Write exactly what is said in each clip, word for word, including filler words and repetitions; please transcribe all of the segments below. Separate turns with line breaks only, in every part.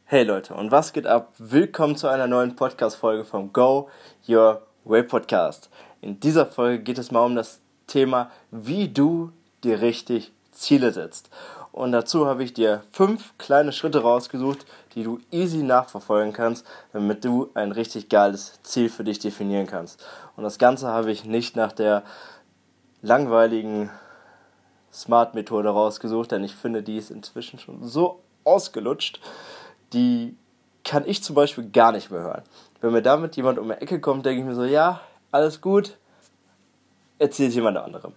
Hey Leute, und was geht ab? Willkommen zu einer neuen Podcast-Folge vom Go Your Way Podcast. In dieser Folge geht es mal um das Thema, wie du dir richtig Ziele setzt. Und dazu habe ich dir fünf kleine Schritte rausgesucht, die du easy nachverfolgen kannst, damit du ein richtig geiles Ziel für dich definieren kannst. Und das Ganze habe ich nicht nach der langweiligen Smart-Methode rausgesucht, denn ich finde, die ist inzwischen schon so ausgelutscht, die kann ich zum Beispiel gar nicht mehr hören. Wenn mir damit jemand um die Ecke kommt, denke ich mir so, ja, alles gut, erzähl es jemand anderem.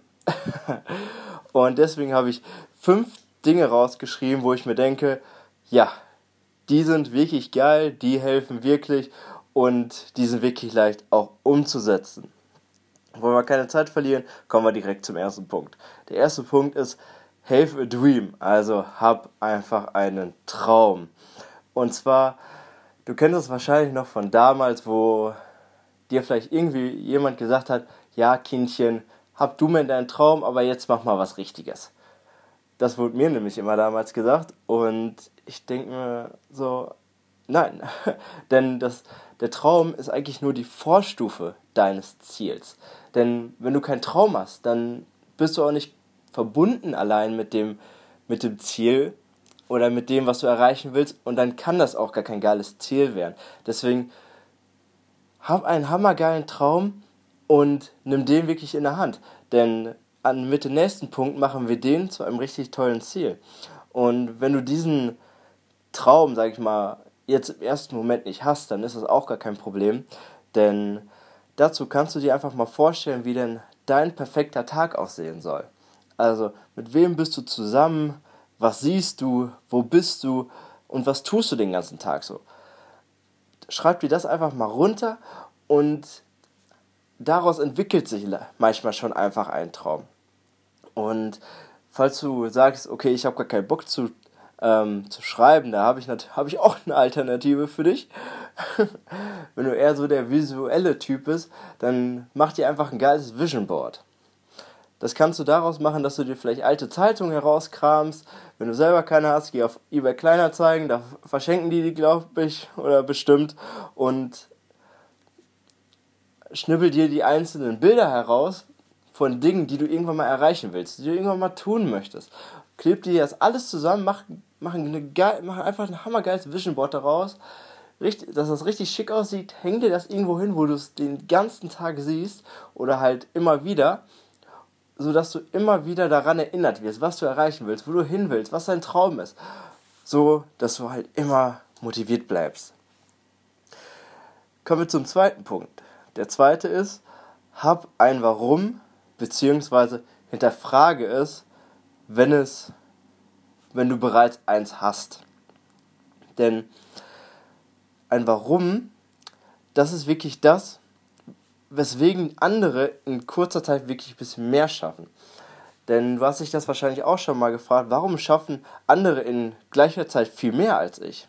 Und deswegen habe ich fünf Dinge rausgeschrieben, wo ich mir denke, ja, die sind wirklich geil, die helfen wirklich und die sind wirklich leicht auch umzusetzen. Wollen wir keine Zeit verlieren, kommen wir direkt zum ersten Punkt. Der erste Punkt ist, have a dream, also hab einfach einen Traum. Und zwar, du kennst es wahrscheinlich noch von damals, wo dir vielleicht irgendwie jemand gesagt hat, ja Kindchen, hab du mir deinen Traum, aber jetzt mach mal was Richtiges. Das wurde mir nämlich immer damals gesagt und ich denke mir so, nein, denn das, der Traum ist eigentlich nur die Vorstufe deines Ziels. Denn wenn du keinen Traum hast, dann bist du auch nicht verbunden allein mit dem, mit dem Ziel oder mit dem, was du erreichen willst, und dann kann das auch gar kein geiles Ziel werden. Deswegen hab einen hammergeilen Traum und nimm den wirklich in der Hand, denn an, mit dem nächsten Punkt machen wir den zu einem richtig tollen Ziel. Und wenn du diesen Traum, sag ich mal, jetzt im ersten Moment nicht hast, dann ist das auch gar kein Problem, denn dazu kannst du dir einfach mal vorstellen, wie denn dein perfekter Tag aussehen soll. Also, mit wem bist du zusammen, was siehst du, wo bist du und was tust du den ganzen Tag so. Schreib dir das einfach mal runter und daraus entwickelt sich manchmal schon einfach ein Traum. Und falls du sagst, okay, ich habe gar keinen Bock zu, ähm, zu schreiben, da habe ich, nat- hab ich auch eine Alternative für dich. Wenn du eher so der visuelle Typ bist, dann mach dir einfach ein geiles Vision Board. Das kannst du daraus machen, dass du dir vielleicht alte Zeitungen herauskramst. Wenn du selber keine hast, geh auf eBay Kleinanzeigen, da verschenken die die, glaube ich, oder bestimmt. Und schnibbel dir die einzelnen Bilder heraus von Dingen, die du irgendwann mal erreichen willst, die du irgendwann mal tun möchtest. Kleb dir das alles zusammen, mach, mach, eine geil, mach einfach ein hammergeiles Vision Board daraus, richtig, dass das richtig schick aussieht. Häng dir das irgendwo hin, wo du es den ganzen Tag siehst oder halt immer wieder, sodass du immer wieder daran erinnert wirst, was du erreichen willst, wo du hin willst, was dein Traum ist. So, dass du halt immer motiviert bleibst. Kommen wir zum zweiten Punkt. Der zweite ist, hab ein Warum, beziehungsweise hinterfrage es, wenn es, wenn du bereits eins hast. Denn ein Warum, das ist wirklich das, weswegen andere in kurzer Zeit wirklich ein bisschen mehr schaffen. Denn du hast dich das wahrscheinlich auch schon mal gefragt, warum schaffen andere in gleicher Zeit viel mehr als ich?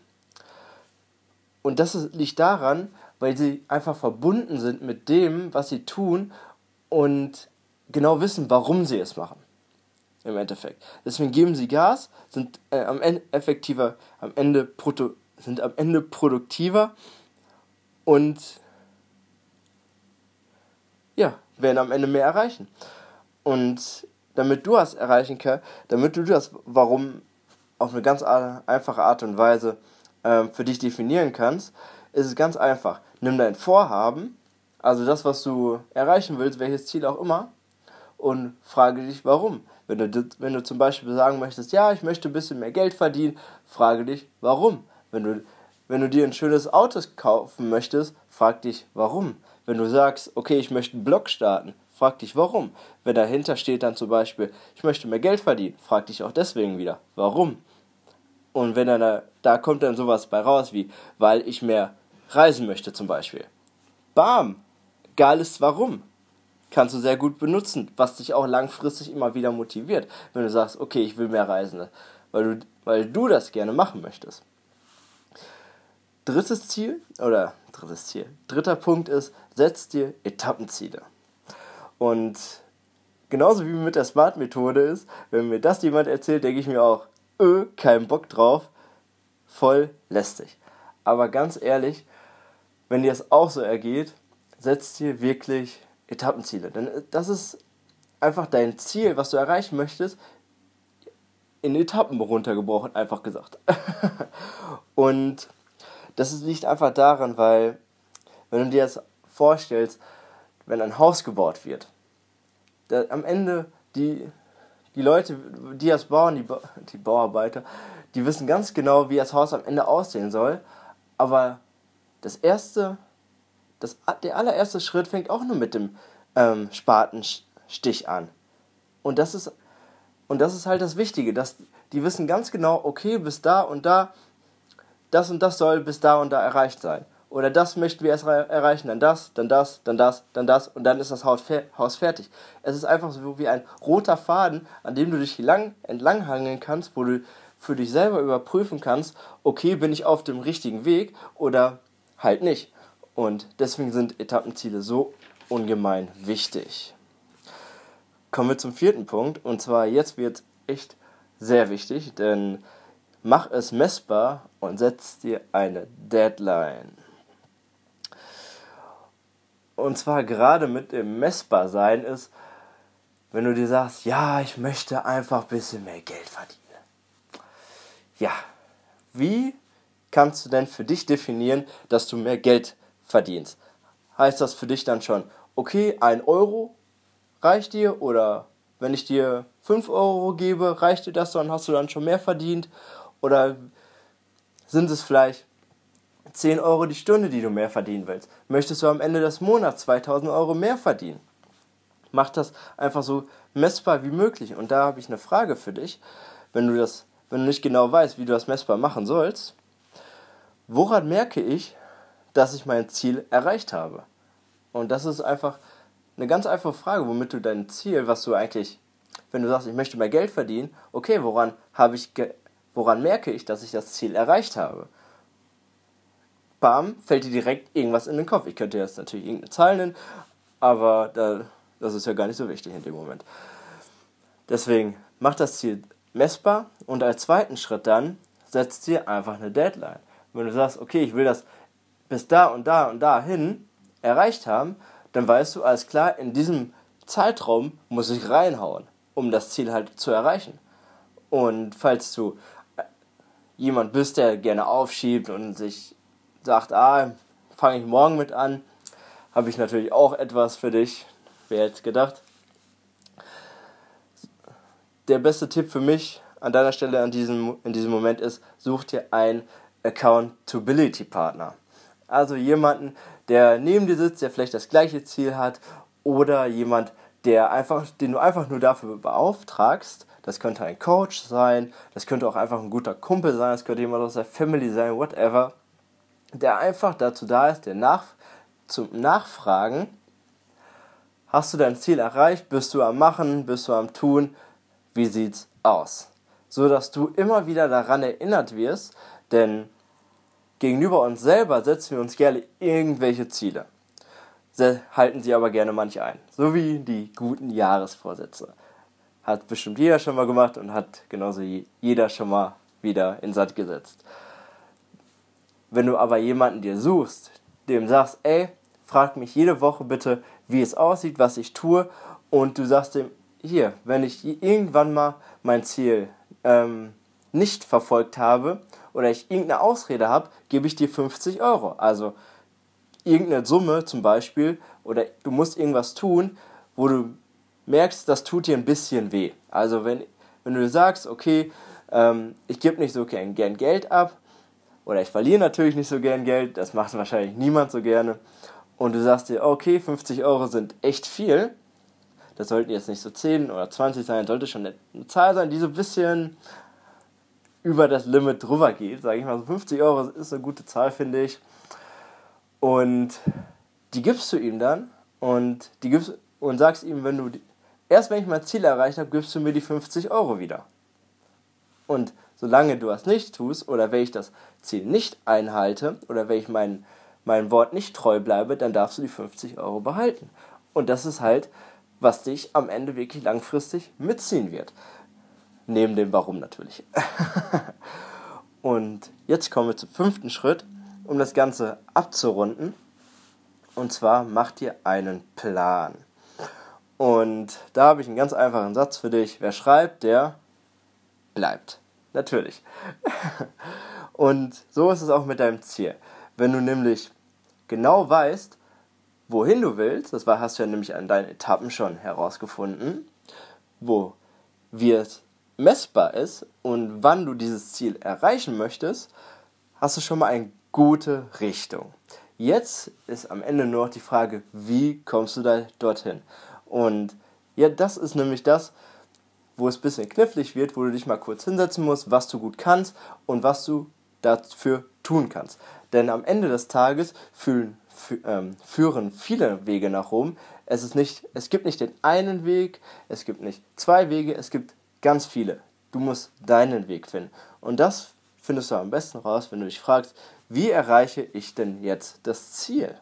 Und das ist, liegt daran, weil sie einfach verbunden sind mit dem, was sie tun und genau wissen, warum sie es machen. Im Endeffekt. Deswegen geben sie Gas, sind äh, am Ende effektiver, am Ende produ- sind am Ende produktiver und ja, werden am Ende mehr erreichen. Und damit du das erreichen kannst, damit du das Warum auf eine ganz einfache Art und Weise äh, für dich definieren kannst, ist es ganz einfach. Nimm dein Vorhaben, also das, was du erreichen willst, welches Ziel auch immer, und frage dich, warum. Wenn du, wenn du zum Beispiel sagen möchtest, ja, ich möchte ein bisschen mehr Geld verdienen, frage dich, warum. Wenn du, wenn du dir ein schönes Auto kaufen möchtest, frag dich, warum. Wenn du sagst, okay, ich möchte einen Blog starten, frag dich, warum. Wenn dahinter steht dann zum Beispiel, ich möchte mehr Geld verdienen, frag dich auch deswegen wieder, warum. Und wenn dann da, da kommt dann sowas bei raus wie, weil ich mehr reisen möchte zum Beispiel. Bam! Geiles Warum. Kannst du sehr gut benutzen, was dich auch langfristig immer wieder motiviert, wenn du sagst, okay, ich will mehr reisen, weil du, weil du das gerne machen möchtest. Drittes Ziel, oder drittes Ziel, dritter Punkt ist, setz dir Etappenziele. Und genauso wie mit der Smart-Methode ist, wenn mir das jemand erzählt, denke ich mir auch, öh, kein Bock drauf, voll lästig. Aber ganz ehrlich, wenn dir das auch so ergeht, setz dir wirklich Etappenziele. Denn das ist einfach dein Ziel, was du erreichen möchtest, in Etappen runtergebrochen, einfach gesagt. Und das liegt einfach daran, weil, wenn du dir das vorstellst, wenn ein Haus gebaut wird, da am Ende die, die Leute, die das bauen, die, ba- die Bauarbeiter, die wissen ganz genau, wie das Haus am Ende aussehen soll, aber das erste, das, der allererste Schritt fängt auch nur mit dem ähm, Spatenstich an. Und das ist Und das ist halt das Wichtige, dass die wissen ganz genau, okay, bis da und da, das und das soll bis da und da erreicht sein. Oder das möchten wir erst erreichen, dann das, dann das, dann das, dann das und dann ist das Haus fertig. Es ist einfach so wie ein roter Faden, an dem du dich lang, entlanghangeln kannst, wo du für dich selber überprüfen kannst, okay, bin ich auf dem richtigen Weg oder halt nicht. Und deswegen sind Etappenziele so ungemein wichtig. Kommen wir zum vierten Punkt, und zwar jetzt wird es echt sehr wichtig, denn mach es messbar und setz dir eine Deadline. Und zwar gerade mit dem Messbarsein ist, wenn du dir sagst, ja, ich möchte einfach ein bisschen mehr Geld verdienen. Ja, wie kannst du denn für dich definieren, dass du mehr Geld verdienst? Heißt das für dich dann schon, okay, ein Euro reicht dir, oder wenn ich dir fünf Euro gebe, reicht dir das, dann hast du dann schon mehr verdient? Oder sind es vielleicht zehn Euro die Stunde, die du mehr verdienen willst? Möchtest du am Ende des Monats zweitausend Euro mehr verdienen? Mach das einfach so messbar wie möglich. Und da habe ich eine Frage für dich, wenn du das, wenn du nicht genau weißt, wie du das messbar machen sollst. Woran merke ich, dass ich mein Ziel erreicht habe? Und das ist einfach eine ganz einfache Frage, womit du dein Ziel, was du eigentlich, wenn du sagst, ich möchte mehr Geld verdienen, okay, woran habe ich, ge- woran merke ich, dass ich das Ziel erreicht habe? Bam, fällt dir direkt irgendwas in den Kopf. Ich könnte jetzt natürlich irgendeine Zahl nennen, aber da, das ist ja gar nicht so wichtig in dem Moment. Deswegen mach das Ziel messbar und als zweiten Schritt dann setzt dir einfach eine Deadline. Wenn du sagst, okay, ich will das bis da und da und dahin erreicht haben, dann weißt du, alles klar, in diesem Zeitraum muss ich reinhauen, um das Ziel halt zu erreichen. Und falls du jemand bist, der gerne aufschiebt und sich sagt, ah, fange ich morgen mit an, habe ich natürlich auch etwas für dich. Wer hätte gedacht? Der beste Tipp für mich an deiner Stelle an diesem, in diesem Moment ist, such dir einen Accountability-Partner. Also jemanden, der neben dir sitzt, der vielleicht das gleiche Ziel hat, oder jemand, der einfach, den du einfach nur dafür beauftragst. Das könnte ein Coach sein, das könnte auch einfach ein guter Kumpel sein, das könnte jemand aus der Family sein, whatever, der einfach dazu da ist, der nach, zum Nachfragen, hast du dein Ziel erreicht, bist du am Machen, bist du am Tun, wie sieht's aus? So dass du immer wieder daran erinnert wirst, denn gegenüber uns selber setzen wir uns gerne irgendwelche Ziele, halten sie aber gerne manche ein. So wie die guten Jahresvorsätze. Hat bestimmt jeder schon mal gemacht und hat genauso jeder schon mal wieder in Sand gesetzt. Wenn du aber jemanden dir suchst, dem sagst, ey, frag mich jede Woche bitte, wie es aussieht, was ich tue, und du sagst dem, hier, wenn ich irgendwann mal mein Ziel ähm, nicht verfolgt habe oder ich irgendeine Ausrede habe, gebe ich dir fünfzig Euro. Also irgendeine Summe zum Beispiel, oder du musst irgendwas tun, wo du merkst, das tut dir ein bisschen weh. Also wenn, wenn du sagst, okay, ähm, ich gebe nicht so gern, gern Geld ab, oder ich verliere natürlich nicht so gern Geld, das macht wahrscheinlich niemand so gerne, und du sagst dir, okay, fünfzig Euro sind echt viel, das sollten jetzt nicht so zehn oder zwanzig sein, sollte schon eine Zahl sein, die so ein bisschen über das Limit drüber geht, sage ich mal. So fünfzig Euro ist eine gute Zahl, finde ich. Und die gibst du ihm dann und die gibst und sagst ihm, wenn du die, erst wenn ich mein Ziel erreicht habe, gibst du mir die fünfzig Euro wieder. Und solange du das nicht tust oder wenn ich das Ziel nicht einhalte oder wenn ich mein, mein Wort nicht treu bleibe, dann darfst du die fünfzig Euro behalten. Und das ist halt, was dich am Ende wirklich langfristig mitziehen wird. Neben dem Warum natürlich. Und jetzt kommen wir zum fünften Schritt, um das Ganze abzurunden. Und zwar mach dir einen Plan. Und da habe ich einen ganz einfachen Satz für dich. Wer schreibt, der bleibt. Natürlich. Und so ist es auch mit deinem Ziel. Wenn du nämlich genau weißt, wohin du willst, das war, hast du ja nämlich an deinen Etappen schon herausgefunden, wo wie es messbar ist und wann du dieses Ziel erreichen möchtest, hast du schon mal eine gute Richtung. Jetzt ist am Ende nur noch die Frage, wie kommst du da dorthin? Und ja, das ist nämlich das, wo es ein bisschen knifflig wird, wo du dich mal kurz hinsetzen musst, was du gut kannst und was du dafür tun kannst. Denn am Ende des Tages fühlen, fü- ähm, führen viele Wege nach Rom. Es ist nicht, es gibt nicht den einen Weg, es gibt nicht zwei Wege, es gibt ganz viele. Du musst deinen Weg finden. Und das findest du am besten raus, wenn du dich fragst, wie erreiche ich denn jetzt das Ziel?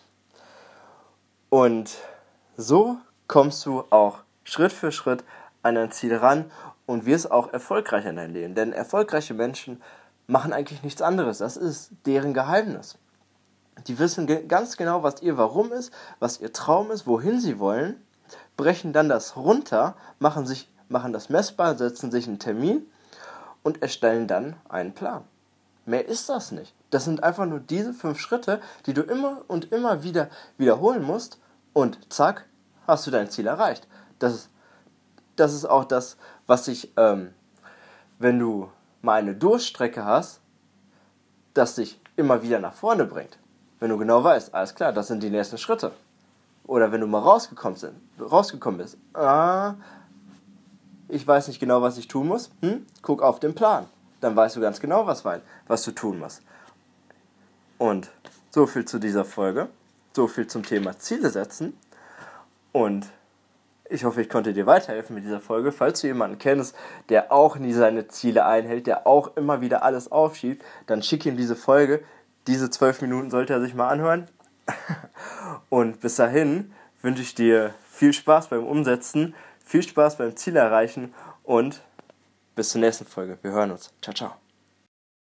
Und so kommst du auch Schritt für Schritt an dein Ziel ran und wirst auch erfolgreich in deinem Leben. Denn erfolgreiche Menschen machen eigentlich nichts anderes. Das ist deren Geheimnis. Die wissen ge- ganz genau, was ihr Warum ist, was ihr Traum ist, wohin sie wollen, brechen dann das runter, machen, sich, machen das messbar, setzen sich einen Termin und erstellen dann einen Plan. Mehr ist das nicht. Das sind einfach nur diese fünf Schritte, die du immer und immer wieder wiederholen musst und zack, hast du dein Ziel erreicht. Das ist, das ist auch das, was dich, ähm, wenn du mal eine Durststrecke hast, das dich immer wieder nach vorne bringt. Wenn du genau weißt, alles klar, das sind die nächsten Schritte. Oder wenn du mal rausgekommen, sind, rausgekommen bist, ah, ich weiß nicht genau, was ich tun muss, hm? Guck auf den Plan. Dann weißt du ganz genau, was, was du tun musst. Und so viel zu dieser Folge. So viel zum Thema Ziele setzen. Und ich hoffe, ich konnte dir weiterhelfen mit dieser Folge. Falls du jemanden kennst, der auch nie seine Ziele einhält, der auch immer wieder alles aufschiebt, dann schick ihm diese Folge. Diese zwölf Minuten sollte er sich mal anhören. Und bis dahin wünsche ich dir viel Spaß beim Umsetzen, viel Spaß beim Ziel erreichen und bis zur nächsten Folge. Wir hören uns. Ciao, ciao.